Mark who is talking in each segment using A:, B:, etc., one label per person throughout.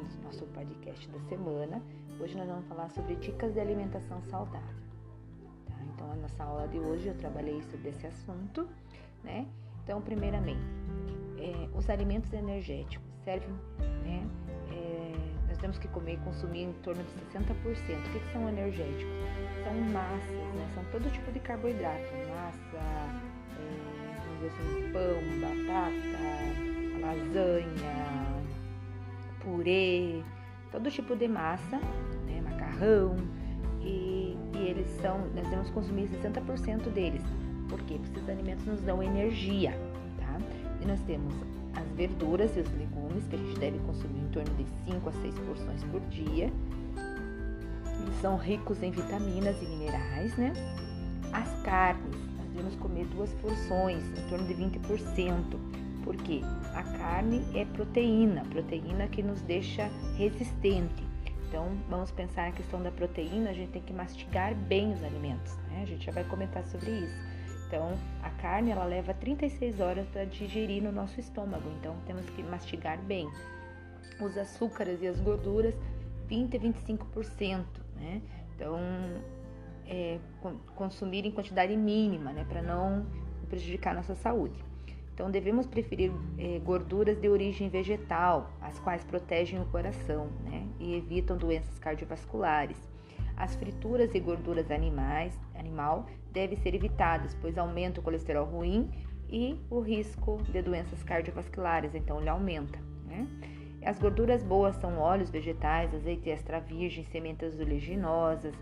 A: nosso podcast da semana. Hoje nós vamos falar sobre dicas de alimentação saudável. Tá? Então, na nossa aula de hoje eu trabalhei sobre esse assunto, né? Então, primeiramente, os alimentos energéticos servem, né? Nós temos que comer e consumir em torno de 60%. O que são energéticos? São massas, né? São todo tipo de carboidrato, massa, vamos dizer assim, pão, batata, lasanha, purê, todo tipo de massa, né? Macarrão, e nós devemos consumir 60% deles. Por quê? Porque esses alimentos nos dão energia, tá? E nós temos as verduras e os legumes, que a gente deve consumir em torno de 5 a 6 porções por dia. Eles são ricos em vitaminas e minerais, né? As carnes, nós devemos comer 2 porções, em torno de 20%. Por quê? A carne é proteína que nos deixa resistente. Então, vamos pensar na questão da proteína, a gente tem que mastigar bem os alimentos, né? A gente já vai comentar sobre isso. Então, a carne, ela leva 36 horas para digerir no nosso estômago, então temos que mastigar bem. Os açúcares e as gorduras, 20 a 25%, né? Então, consumir em quantidade mínima, né? Para não prejudicar a nossa saúde. Então, devemos preferir gorduras de origem vegetal, as quais protegem o coração, né? E evitam doenças cardiovasculares. As frituras e gorduras animal devem ser evitadas, pois aumenta o colesterol ruim e o risco de doenças cardiovasculares, então ele aumenta, né? As gorduras boas são óleos vegetais, azeite extra virgem, sementes oleaginosas.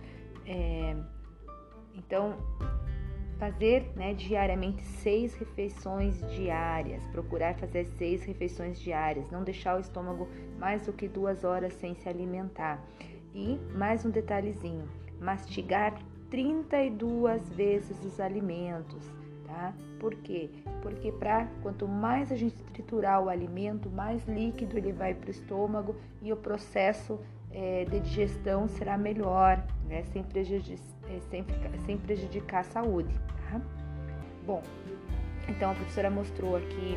A: Então, fazer, né, diariamente 6 refeições diárias, procurar fazer 6 refeições diárias, não deixar o estômago mais do que 2 horas sem se alimentar. E mais um detalhezinho, mastigar 32 vezes os alimentos, tá? Por quê? Porque quanto mais a gente triturar o alimento, mais líquido ele vai para o estômago e o processo de digestão será melhor, né? Sem prejudicar a saúde, tá? Bom, então a professora mostrou aqui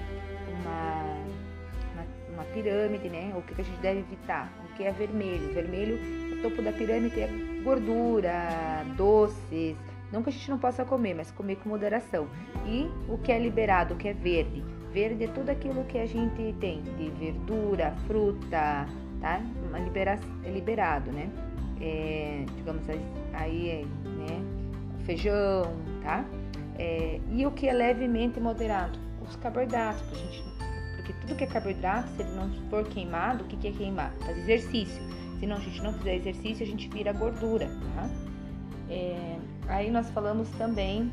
A: uma pirâmide, né? O que a gente deve evitar? O que é vermelho? Vermelho, o topo da pirâmide é gordura, doces, não que a gente não possa comer, mas comer com moderação. E o que é liberado, o que é verde? Verde é tudo aquilo que a gente tem de verdura, fruta, tá? É liberado, né? Digamos aí, né? Feijão, tá? E o que é levemente moderado? Os carboidratos, porque tudo que é carboidrato, se ele não for queimado, o que é queimar? Fazer exercício. Se a gente não fizer exercício, a gente vira gordura, tá? Aí nós falamos também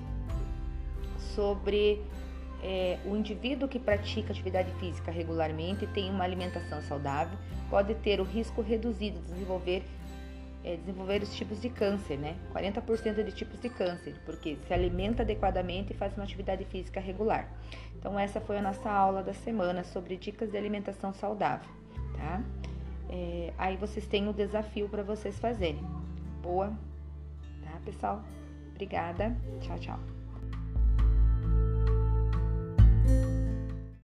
A: sobre o indivíduo que pratica atividade física regularmente e tem uma alimentação saudável, pode ter o risco reduzido de desenvolver os tipos de câncer, né? 40% de tipos de câncer, porque se alimenta adequadamente e faz uma atividade física regular. Então, essa foi a nossa aula da semana sobre dicas de alimentação saudável, tá? Aí vocês têm um desafio para vocês fazerem. Boa? Tá, pessoal? Obrigada. Tchau, tchau.